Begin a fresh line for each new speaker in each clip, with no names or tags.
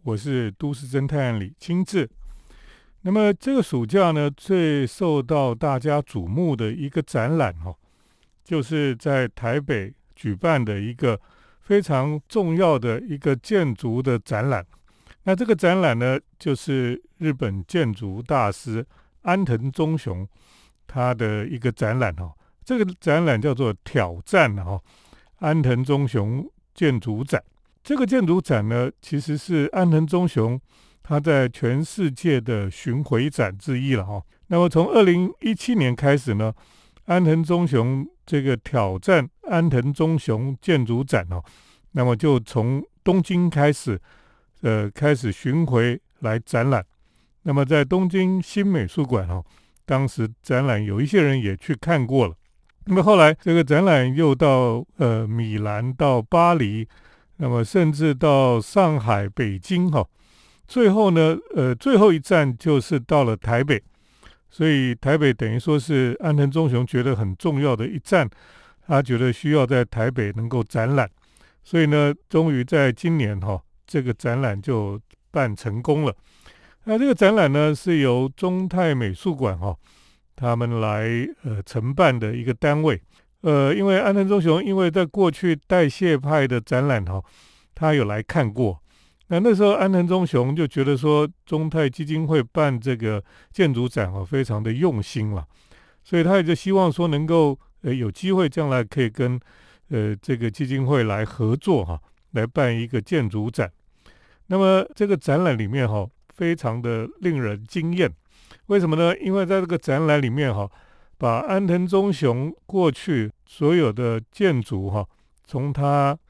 我是都市侦探李清志。那么这个暑假呢，最受到大家瞩目的一个展览就是在台北举办的一个非常重要的一个建筑的展览。那这个展览呢，就是日本建筑大师安藤忠雄他的一个展览这个展览叫做挑战安藤忠雄建筑展。这个建筑展呢，其实是安藤忠雄他在全世界的巡回展之一了那么从2017年开始呢，安藤忠雄这个挑战安藤忠雄建筑展那么就从东京开始巡回来展览。那么在东京新美术馆当时展览有一些人也去看过了。那么后来这个展览又到米兰，到巴黎，那么甚至到上海、北京最后呢最后一站就是到了台北。所以台北等于说是安藤忠雄觉得很重要的一站，他觉得需要在台北能够展览，所以呢终于在今年这个展览就办成功了。那这个展览呢是由中泰美术馆他们来承办的一个单位。因为安藤忠雄因为在过去代谢派的展览他有来看过。那时候安藤忠雄就觉得说中泰基金会办这个建筑展非常的用心了，所以他也就希望说能够有机会将来可以跟这个基金会来合作来办一个建筑展。那么这个展览里面非常的令人惊艳。为什么呢？因为在这个展览里面把安藤忠雄过去所有的建筑从他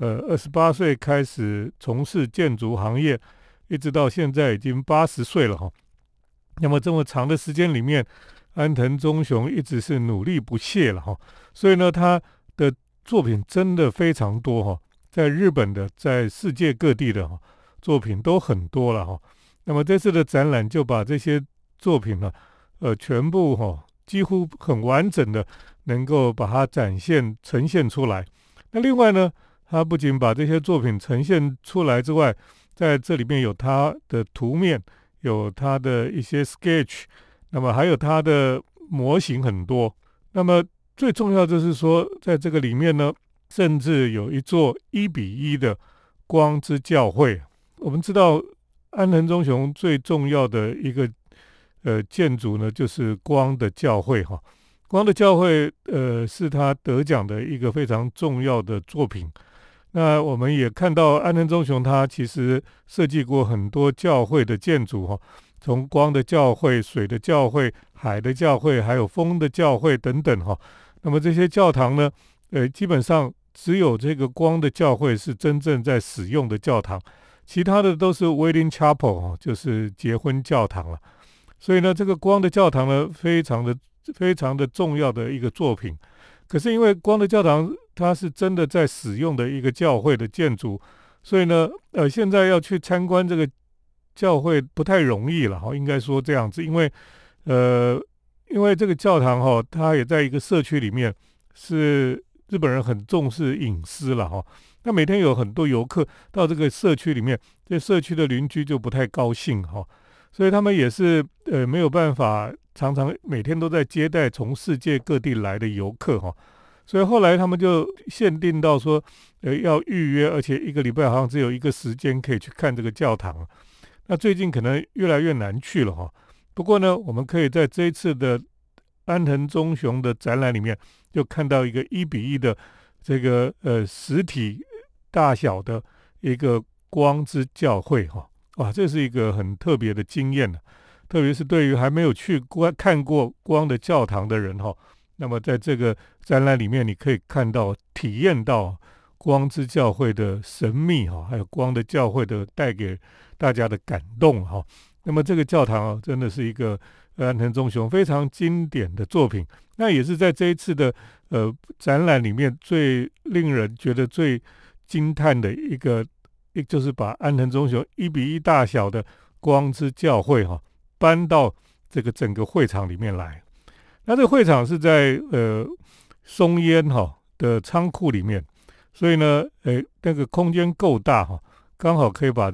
28岁开始从事建筑行业，一直到现在已经80岁了那么这么长的时间里面，安藤忠雄一直是努力不懈了所以呢他的作品真的非常多在日本的，在世界各地的作品都很多了那么这次的展览就把这些作品呢全部几乎很完整的能够把它呈现出来。那另外呢，他不仅把这些作品呈现出来之外，在这里面有他的图面，有他的一些 sketch， 那么还有他的模型很多。那么最重要就是说，在这个里面呢，甚至有一座1:1的光之教会。我们知道安藤忠雄最重要的一个建筑呢，就是光的教会光的教会是他得奖的一个非常重要的作品。那我们也看到安藤忠雄他其实设计过很多教会的建筑从光的教会、水的教会、海的教会，还有风的教会等等那么这些教堂呢基本上只有这个光的教会是真正在使用的教堂，其他的都是 wedding chapel 就是结婚教堂了。所以呢这个光的教堂呢非常的重要的一个作品。可是因为光的教堂它是真的在使用的一个教会的建筑，所以呢现在要去参观这个教会不太容易了应该说这样子。因为这个教堂它也在一个社区里面，是日本人很重视隐私了那每天有很多游客到这个社区里面，这社区的邻居就不太高兴所以他们也是没有办法常常每天都在接待从世界各地来的游客所以后来他们就限定到说要预约，而且一个礼拜好像只有一个时间可以去看这个教堂。那最近可能越来越难去了不过呢我们可以在这一次的安藤忠雄的展览里面就看到一个1:1的这个实体大小的一个光之教会这是一个很特别的经验特别是对于还没有看过光的教堂的人那么在这个展览里面你可以体验到光之教会的神秘还有光的教会的带给大家的感动那么这个教堂真的是一个安藤忠雄非常经典的作品。那也是在这一次的展览里面最令人觉得最惊叹的一个，就是把安藤忠雄1:1大小的光之教会搬到这个整个会场里面来。那这个会场是在松烟的仓库里面，所以呢那个空间够大刚好可以把这个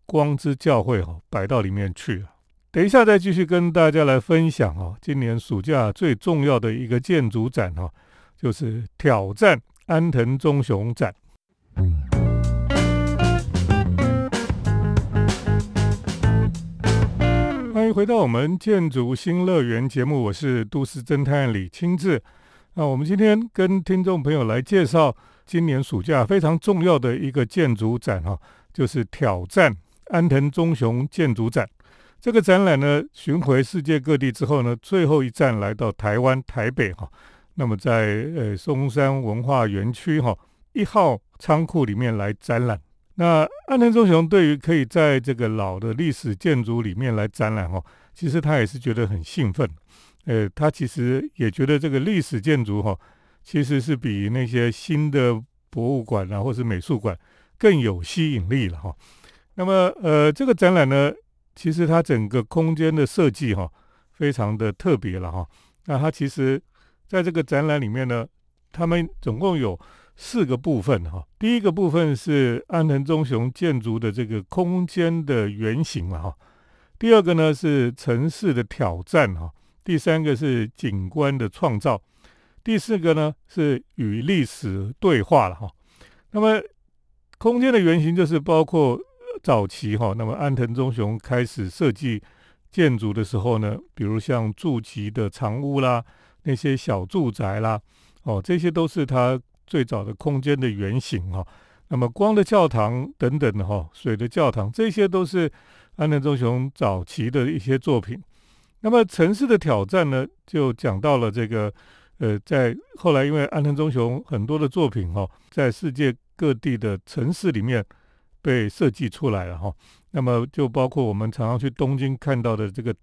光之教会摆到里面去。等一下再继续跟大家来分享今年暑假最重要的一个建筑展就是挑战安藤忠雄展。欢迎回到我们建筑新乐园节目，我是都市侦探李清志。那我们今天跟听众朋友来介绍今年暑假非常重要的一个建筑展就是挑战安藤忠雄建筑展。这个展览呢，巡回世界各地之后呢，最后一站来到台湾台北那么在松山文化园区1号仓库里面来展览。那安藤忠雄对于可以在这个老的历史建筑里面来展览其实他也是觉得很兴奋。他其实也觉得这个历史建筑其实是比那些新的博物馆或是美术馆更有吸引力了那么这个展览呢，其实它整个空间的设计非常的特别了那它其实在这个展览里面呢，他们总共有4个部分第一个部分是安藤忠雄建筑的这个空间的原型了第二个呢是城市的挑战第3个是景观的创造，第4个呢是与历史对话了那么空间的原型就是包括早期那么安藤忠雄开始设计建筑的时候呢，比如像住集的长屋啦，那些小住宅啦这些都是他最早的空间的原型那么光的教堂等等的水的教堂，这些都是安藤忠雄早期的一些作品。那么城市的挑战呢，就讲到了这个在后来因为安藤忠雄很多的作品在世界各地的城市里面被设计出来了那么就包括我们常常去东京看到的这个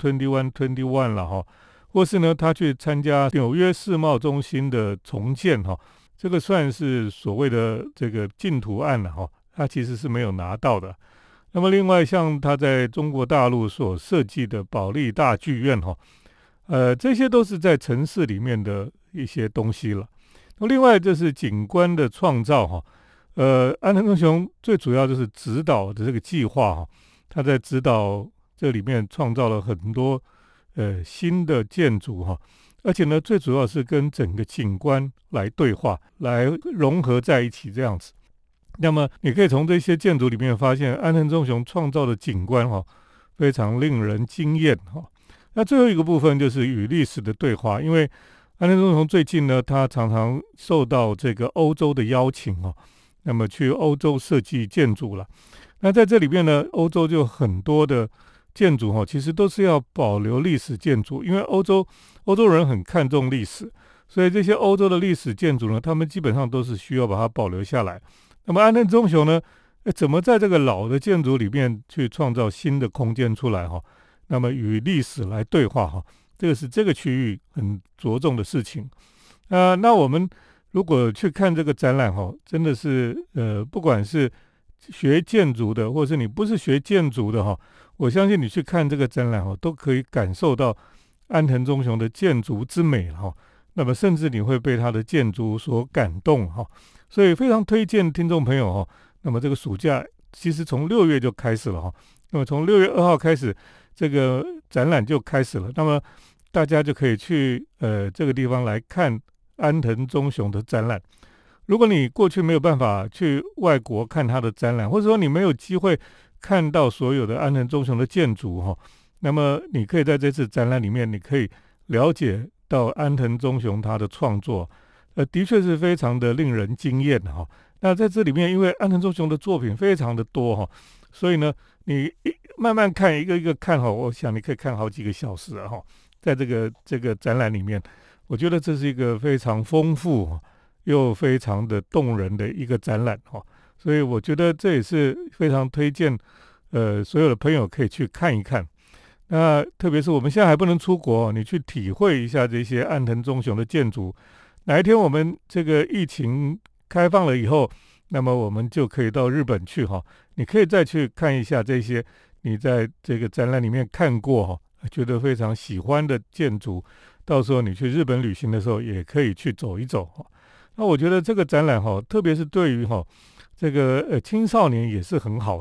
21了或是呢他去参加纽约世贸中心的重建这个算是所谓的这个净土案了他其实是没有拿到的。那么另外像他在中国大陆所设计的保利大剧院这些都是在城市里面的一些东西了。那另外就是景观的创造安藤忠雄最主要就是指导的这个计划他在指导这里面创造了很多新的建筑而且呢最主要是跟整个景观来对话，来融合在一起这样子。那么你可以从这些建筑里面发现安藤忠雄创造的景观非常令人惊艳那最后一个部分就是与历史的对话，因为安藤忠雄最近呢，他常常受到这个欧洲的邀请那么去欧洲设计建筑了。那在这里面呢，欧洲就很多的建筑其实都是要保留历史建筑，因为欧洲人很看重历史，所以这些欧洲的历史建筑呢，他们基本上都是需要把它保留下来。那么安藤忠雄呢，怎么在这个老的建筑里面去创造新的空间出来那么与历史来对话这个是这个区域很着重的事情。那我们如果去看这个展览真的是不管是学建筑的，或是你不是学建筑的我相信你去看这个展览都可以感受到安藤忠雄的建筑之美那么甚至你会被他的建筑所感动所以非常推荐听众朋友那么这个暑假其实从6月就开始了那么从6月2号开始这个展览就开始了，那么大家就可以去这个地方来看安藤忠雄的展览。如果你过去没有办法去外国看他的展览，或者说你没有机会看到所有的安藤忠雄的建筑那么你可以在这次展览里面，你可以了解到安藤忠雄他的创作的确是非常的令人惊艳那在这里面，因为安藤忠雄的作品非常的多所以呢你慢慢看一个一个看我想你可以看好几个小时在这个展览里面，我觉得这是一个非常丰富又非常的动人的一个展览所以我觉得这也是非常推荐所有的朋友可以去看一看。那特别是我们现在还不能出国你去体会一下这些安藤忠雄的建筑。哪一天我们这个疫情开放了以后，那么我们就可以到日本去你可以再去看一下这些你在这个展览里面看过觉得非常喜欢的建筑，到时候你去日本旅行的时候也可以去走一走那我觉得这个展览特别是对于这个青少年也是很好的。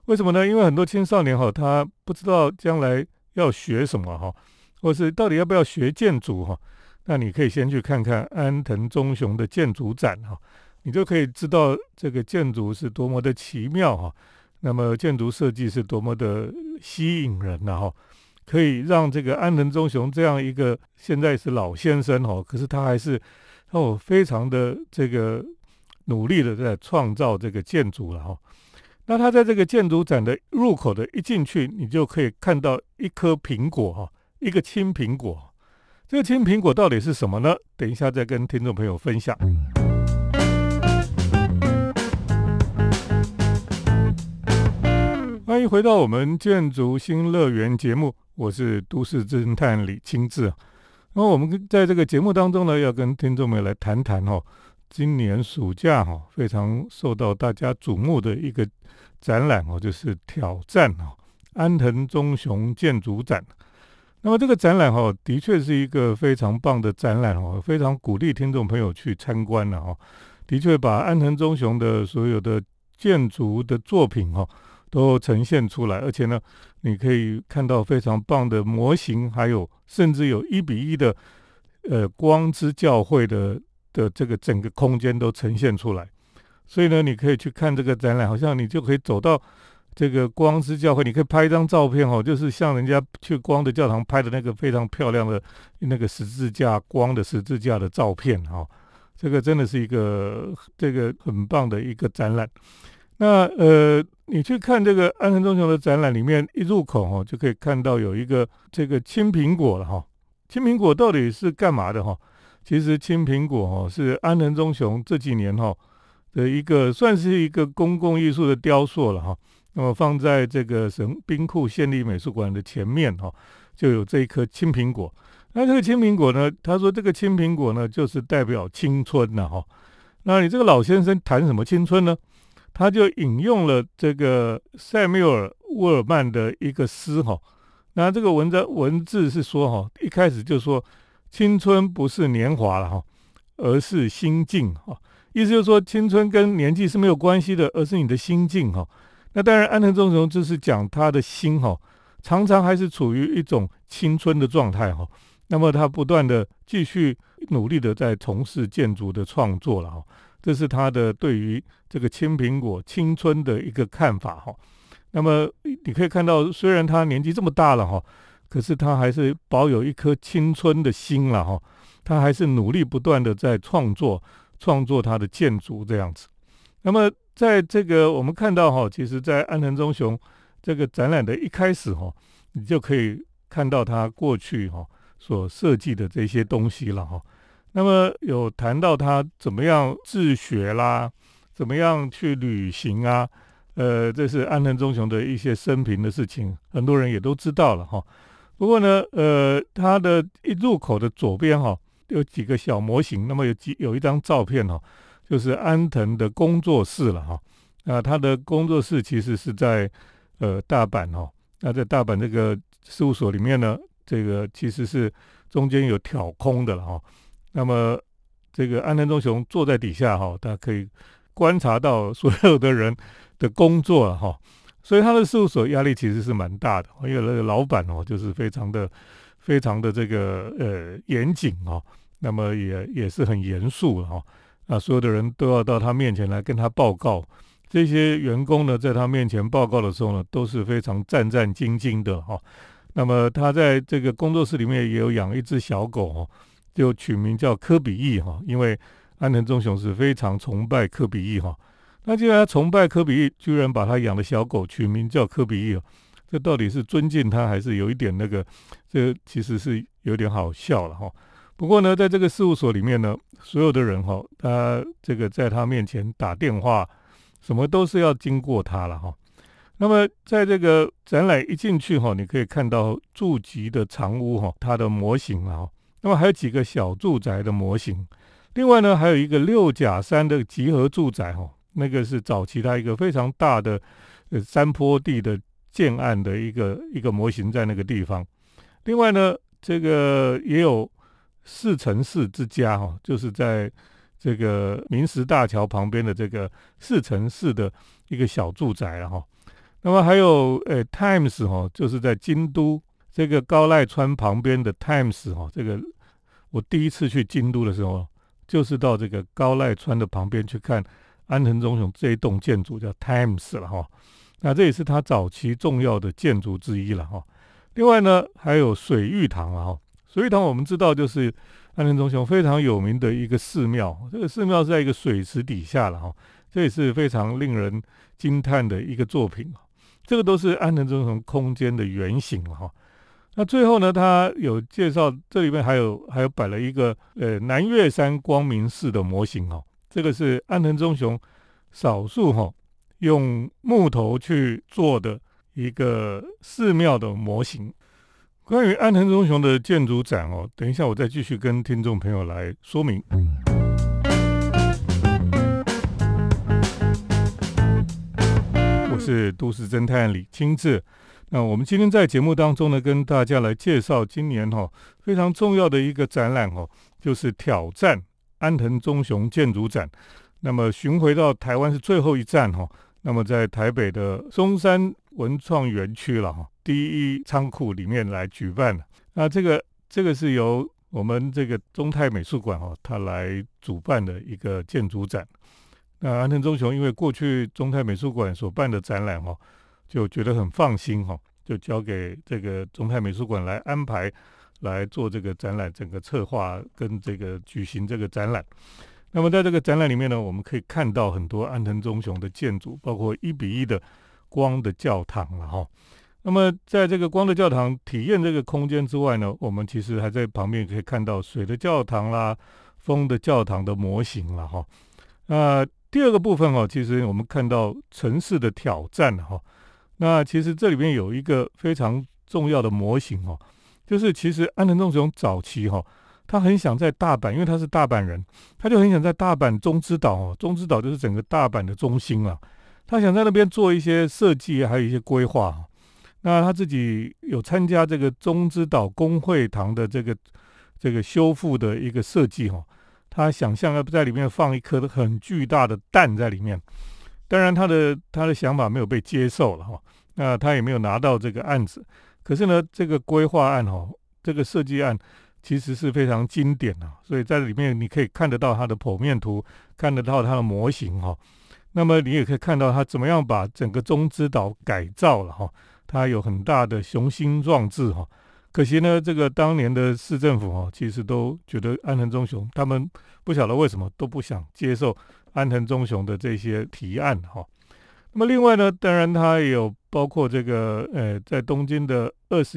为什么呢？因为很多青少年哈，他不知道将来要学什么哈，或是到底要不要学建筑哈。那你可以先去看看安藤忠雄的建筑展哈，你就可以知道这个建筑是多么的奇妙哈。那么建筑设计是多么的吸引人呐哈，可以让这个安藤忠雄这样一个现在是老先生哈，可是他还是非常的这个努力的在创造这个建筑了哈。那他在这个建筑展的入口的一进去，你就可以看到一颗苹果哈，一个青苹果。这个青苹果到底是什么呢？等一下再跟听众朋友分享。欢迎回到我们建筑新乐园节目，我是都市侦探李清志。那我们在这个节目当中呢，要跟听众们来谈谈今年暑假非常受到大家瞩目的一个展览就是挑战安藤忠雄建筑展。那么这个展览的确是一个非常棒的展览非常鼓励听众朋友去参观了的确把安藤忠雄的所有的建筑的作品都呈现出来，而且呢，你可以看到非常棒的模型，还有甚至有1:1的光之教会的这个整个空间都呈现出来。所以呢，你可以去看这个展览，好像你就可以走到这个光之教会，你可以拍一张照片就是像人家去光的教堂拍的那个非常漂亮的那个十字架，光的十字架的照片这个真的是一个这个很棒的一个展览。那你去看这个安藤忠雄的展览里面，一入口就可以看到有一个这个青苹果了青苹果到底是干嘛的其实青苹果是安藤忠雄这几年的一个算是一个公共艺术的雕塑了那么放在这个兵库县立美术馆的前面就有这一颗青苹果。那这个青苹果呢，他说这个青苹果呢就是代表青春那你这个老先生谈什么青春呢？他就引用了这个塞缪尔·沃尔曼的一个诗那这个文字是说一开始就说青春不是年华了而是心境意思就是说青春跟年纪是没有关系的，而是你的心境那当然安藤忠雄就是讲他的心常常还是处于一种青春的状态那么他不断的继续努力的在从事建筑的创作了这是他的对于这个青苹果青春的一个看法那么你可以看到，虽然他年纪这么大了可是他还是保有一颗青春的心了他还是努力不断的在创作他的建筑这样子。那么在这个我们看到其实在安藤忠雄这个展览的一开始你就可以看到他过去所设计的这些东西了那么有谈到他怎么样自学啦，怎么样去旅行啊，这是安藤忠雄的一些生平的事情，很多人也都知道了不过呢，他的一入口的左边有几个小模型，那么有一张照片就是安藤的工作室了那他的工作室其实是在大阪那在大阪这个事务所里面呢，这个其实是中间有挑空的了那么这个安藤忠雄坐在底下他可以观察到所有的人的工作所以他的事务所压力其实是蛮大的，因为那个老板就是非常的这个严谨那么也是很严肃所有的人都要到他面前来跟他报告。这些员工呢，在他面前报告的时候呢，都是非常战战兢兢的那么他在这个工作室里面也有养一只小狗就取名叫科比意因为安藤忠雄是非常崇拜科比意那既然他崇拜科比意，居然把他养的小狗取名叫科比意这到底是尊敬他还是有一点那个？这其实是有点好笑了不过呢，在这个事务所里面呢，所有的人他这个在他面前打电话，什么都是要经过他了那么在这个展览一进去你可以看到住集的长屋它的模型那么还有几个小住宅的模型，另外呢还有一个6+3的集合住宅那个是早期它一个非常大的山坡地的建案的一个模型在那个地方。另外呢，这个也有4×4之家就是在这个明石大桥旁边的这个4×4的一个小住宅那么还有Times 就是在京都这个高濑川旁边的 Times 这个我第一次去京都的时候，就是到这个高濑川的旁边去看安藤忠雄这一栋建筑叫 Times 了那这也是他早期重要的建筑之一了另外呢，还有水玉堂了水玉堂我们知道就是安藤忠雄非常有名的一个寺庙，这个寺庙是在一个水池底下了这也是非常令人惊叹的一个作品这个都是安藤忠雄空间的原型了那最后呢，他有介绍这里面还有摆了一个南岳山光明寺的模型这个是安藤忠雄少数用木头去做的一个寺庙的模型。关于安藤忠雄的建筑展等一下我再继续跟听众朋友来说明。我是都市侦探李清志。那我们今天在节目当中呢，跟大家来介绍今年非常重要的一个展览就是挑战安藤忠雄建筑展。那么巡回到台湾是最后一站那么在台北的松山文创园区了第一仓库里面来举办。那这个是由我们这个中泰美术馆它来主办的一个建筑展。那安藤忠雄因为过去中泰美术馆所办的展览就觉得很放心就交给这个中泰美术馆来安排来做这个展览整个策划跟这个举行这个展览。那么在这个展览里面呢，我们可以看到很多安藤忠雄的建筑，包括1:1的光的教堂了那么在这个光的教堂体验这个空间之外呢，我们其实还在旁边可以看到水的教堂啦、风的教堂的模型了第二个部分其实我们看到城市的挑战那其实这里面有一个非常重要的模型就是其实安藤忠雄早期他很想在大阪，因为他是大阪人，他就很想在大阪中之岛中之岛就是整个大阪的中心了，他想在那边做一些设计，还有一些规划那他自己有参加这个中之岛公会堂的这个修复的一个设计他想象要在里面放一颗很巨大的蛋在里面。当然他的想法没有被接受了那他也没有拿到这个案子。可是呢，这个规划案这个设计案其实是非常经典所以在里面你可以看得到它的剖面图，看得到它的模型那么你也可以看到它怎么样把整个中之岛改造了它有很大的雄心壮志可惜呢，这个当年的市政府其实都觉得安藤忠雄他们不晓得为什么都不想接受安藤忠雄的这些提案那么另外呢，当然它也有包括这个在东京的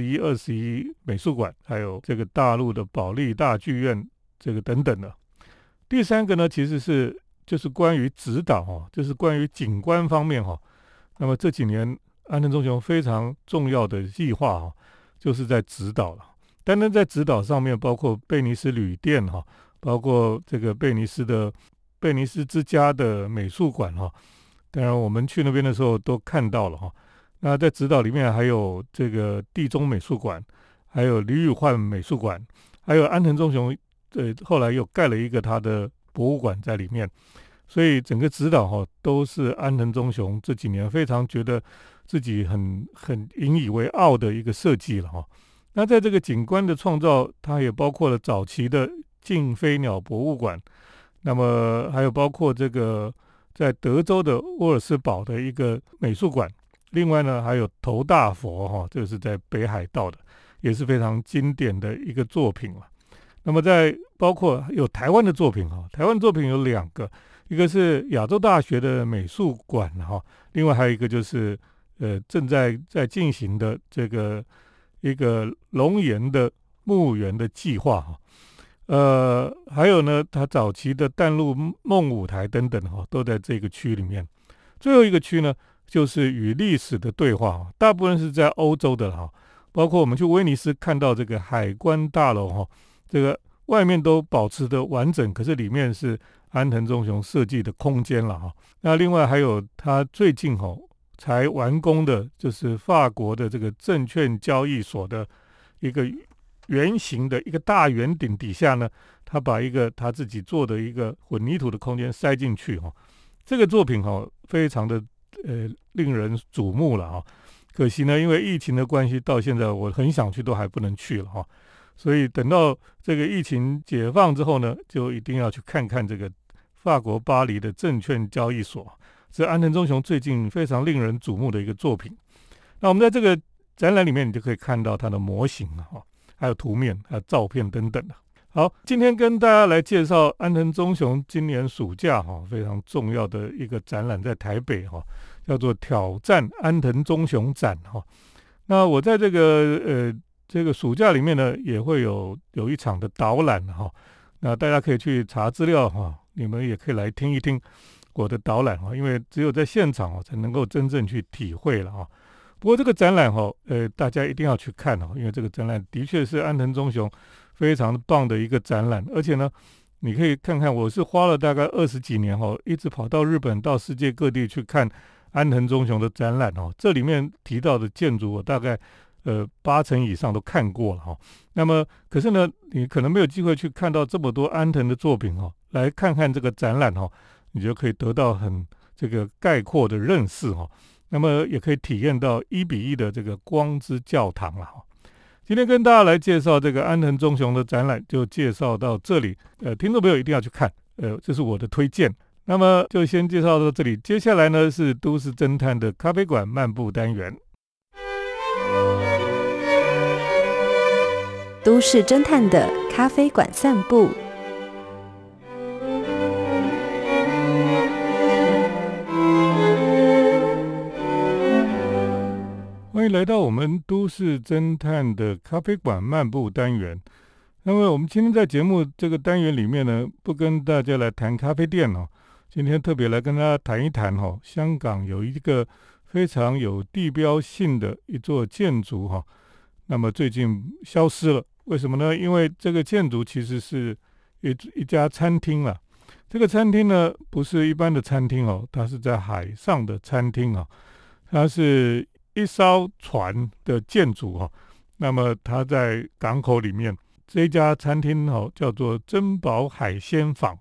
21美术馆，还有这个大陆的保利大剧院这个等等的。第三个呢，其实就是关于指导就是关于景观方面那么这几年安藤忠雄非常重要的计划就是在指导了。单单在指导上面，包括贝尼斯旅店包括这个贝尼斯之家的美术馆当然我们去那边的时候都看到了那在指导里面还有这个地中美术馆，还有李宇焕美术馆，还有安藤忠雄后来又盖了一个他的博物馆在里面。所以整个指导都是安藤忠雄这几年非常觉得自己很引以为傲的一个设计了那在这个景观的创造，它也包括了早期的静飞鸟博物馆，那么还有包括这个在德州的沃尔斯堡的一个美术馆，另外呢还有头大佛这个是在北海道的，也是非常经典的一个作品了。那么在包括有台湾的作品台湾作品有2个，一个是亚洲大学的美术馆另外还有一个就是正在进行的这个一个龙岩的墓园的计划还有呢，它早期的淡路梦舞台等等都在这个区里面。最后一个区呢，就是与历史的对话大部分是在欧洲的包括我们去威尼斯看到这个海关大楼这个外面都保持的完整，可是里面是安藤忠雄设计的空间了那另外还有它最近才完工的，就是法国的这个证券交易所的一个圆形的一个大圆顶底下呢，他把一个他自己做的一个混凝土的空间塞进去这个作品非常的令人瞩目了哈。可惜呢，因为疫情的关系，到现在我很想去都还不能去了哈。所以等到这个疫情解放之后呢，就一定要去看看这个法国巴黎的证券交易所，是安藤忠雄最近非常令人瞩目的一个作品。那我们在这个展览里面，你就可以看到它的模型哈，还有图面、还有照片等等的。好，今天跟大家来介绍安藤忠雄今年暑假非常重要的一个展览，在台北叫做挑战安藤忠雄展那我在这个暑假里面呢，也会有一场的导览那大家可以去查资料你们也可以来听一听我的导览因为只有在现场才能够真正去体会了不过这个展览大家一定要去看因为这个展览的确是安藤忠雄非常棒的一个展览，而且呢，你可以看看，我是花了大概20几年一直跑到日本、到世界各地去看安藤忠雄的展览这里面提到的建筑，我大概80%以上都看过了那么，可是呢，你可能没有机会去看到这么多安藤的作品来看看这个展览你就可以得到很这个概括的认识那么也可以体验到1:1的这个光之教堂了今天跟大家来介绍这个安藤忠雄的展览，就介绍到这里。听众朋友一定要去看，这是我的推荐。那么就先介绍到这里，接下来呢是都市侦探的咖啡馆漫步单元。
都市侦探的咖啡馆散步。
欢迎来到我们都市侦探的咖啡馆漫步单元。那么我们今天在节目这个单元里面呢，不跟大家来谈咖啡店今天特别来跟大家谈一谈香港有一个非常有地标性的一座建筑那么最近消失了。为什么呢？因为这个建筑其实是一家餐厅了。这个餐厅呢不是一般的餐厅它是在海上的餐厅它是一艘船的建筑那么它在港口里面，这一家餐厅叫做珍宝海鲜坊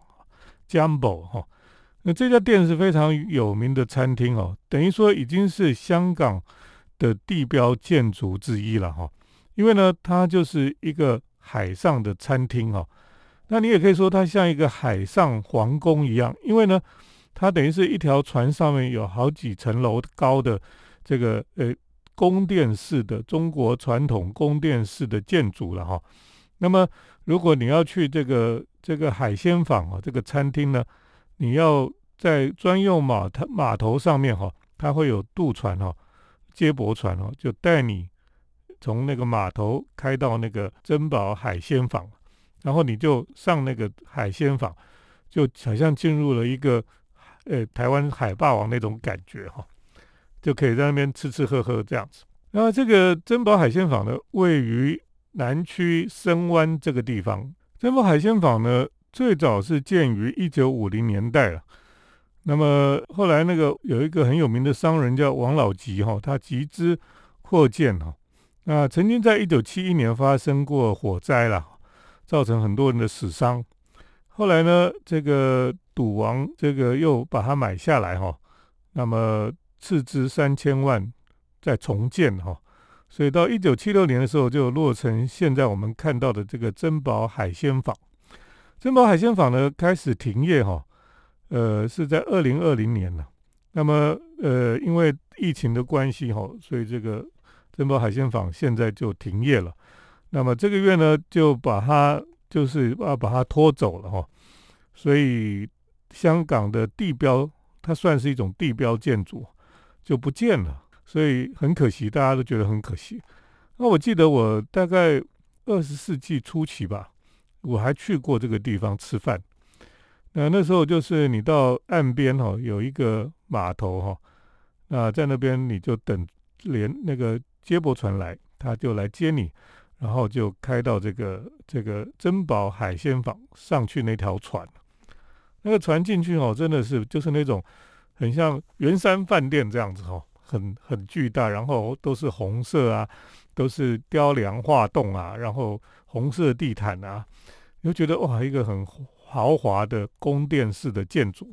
Jumbo 那这家店是非常有名的餐厅等于说已经是香港的地标建筑之一了因为呢它就是一个海上的餐厅那你也可以说它像一个海上皇宫一样，因为呢它等于是一条船上面有好几层楼高的这个宫殿式的中国传统宫殿式的建筑了那么如果你要去这个海鲜坊这个餐厅呢，你要在专用码头上面它会有渡船接驳船就带你从那个码头开到那个珍宝海鲜坊，然后你就上那个海鲜坊，就好像进入了一个台湾海霸王那种感觉就可以在那边吃吃喝喝这样子。那这个珍宝海鲜坊呢，位于南区深湾这个地方。珍宝海鲜坊呢，最早是建于1950年代了。那么后来那个有一个很有名的商人叫王老吉他集资扩建那曾经在1971年发生过火灾了，造成很多人的死伤。后来呢，这个赌王这个又把它买下来那么斥资3000万再重建所以到1976年的时候就落成现在我们看到的这个珍宝海鲜坊。珍宝海鲜坊呢开始停业是在2020年了。那么因为疫情的关系所以这个珍宝海鲜坊现在就停业了。那么这个月呢就把它要把它拖走了所以香港的地标，它算是一种地标建筑，就不见了，所以很可惜，大家都觉得很可惜。那我记得我大概20世纪初期吧，我还去过这个地方吃饭。那时候就是你到岸边有一个码头那在那边你就等连那个接驳船来，他就来接你，然后就开到这个珍宝海鲜坊上去那条船。那个船进去真的是就是那种很像圆山饭店这样子很巨大，然后都是红色啊，都是雕梁画栋啊，然后红色地毯啊，你就觉得哇，一个很豪华的宫殿式的建筑。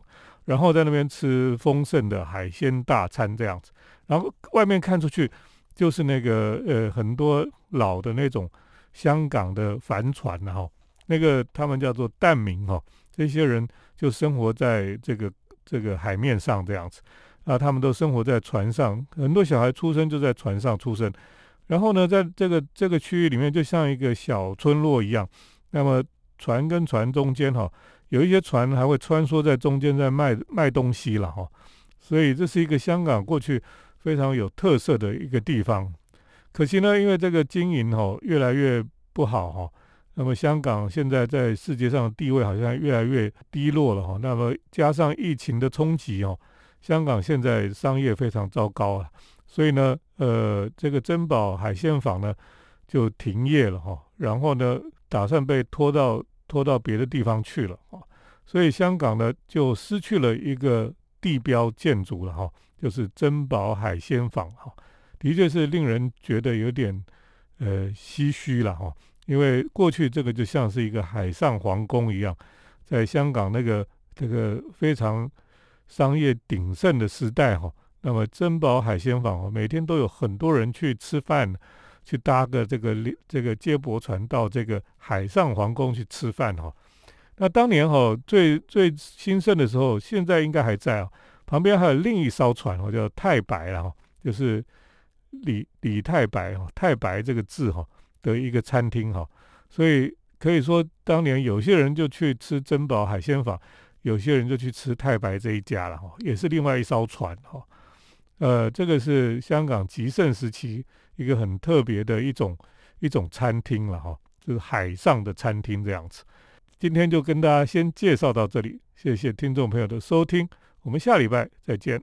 然后在那边吃丰盛的海鲜大餐这样子，然后外面看出去就是那个很多老的那种香港的帆船那个他们叫做蛋民这些人就生活在这个海面上这样子啊，他们都生活在船上，很多小孩出生就在船上出生，然后呢，在这个区域里面就像一个小村落一样，那么船跟船中间有一些船还会穿梭在中间在卖东西了所以这是一个香港过去非常有特色的一个地方。可惜呢，因为这个经营越来越不好那么香港现在在世界上的地位好像越来越低落了那么加上疫情的冲击香港现在商业非常糟糕啊，所以呢这个珍宝海鲜坊呢就停业了然后呢打算被拖到别的地方去了所以香港呢就失去了一个地标建筑了就是珍宝海鲜坊的确是令人觉得有点唏嘘了因为过去这个就像是一个海上皇宫一样，在香港这个非常商业鼎盛的时代那么珍宝海鲜坊每天都有很多人去吃饭，去搭个这个接驳船到这个海上皇宫去吃饭那当年最兴盛的时候，现在应该还在旁边还有另一艘船叫太白了就是李太白太白这个字的一个餐厅所以可以说当年有些人就去吃珍宝海鲜坊，有些人就去吃太白这一家了也是另外一艘船这个是香港极盛时期一个很特别的一种餐厅了就是海上的餐厅这样子。今天就跟大家先介绍到这里，谢谢听众朋友的收听，我们下礼拜再见。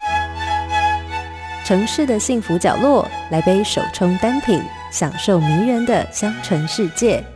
城市的幸福角落，来杯手冲单品，享受迷人的香醇世界。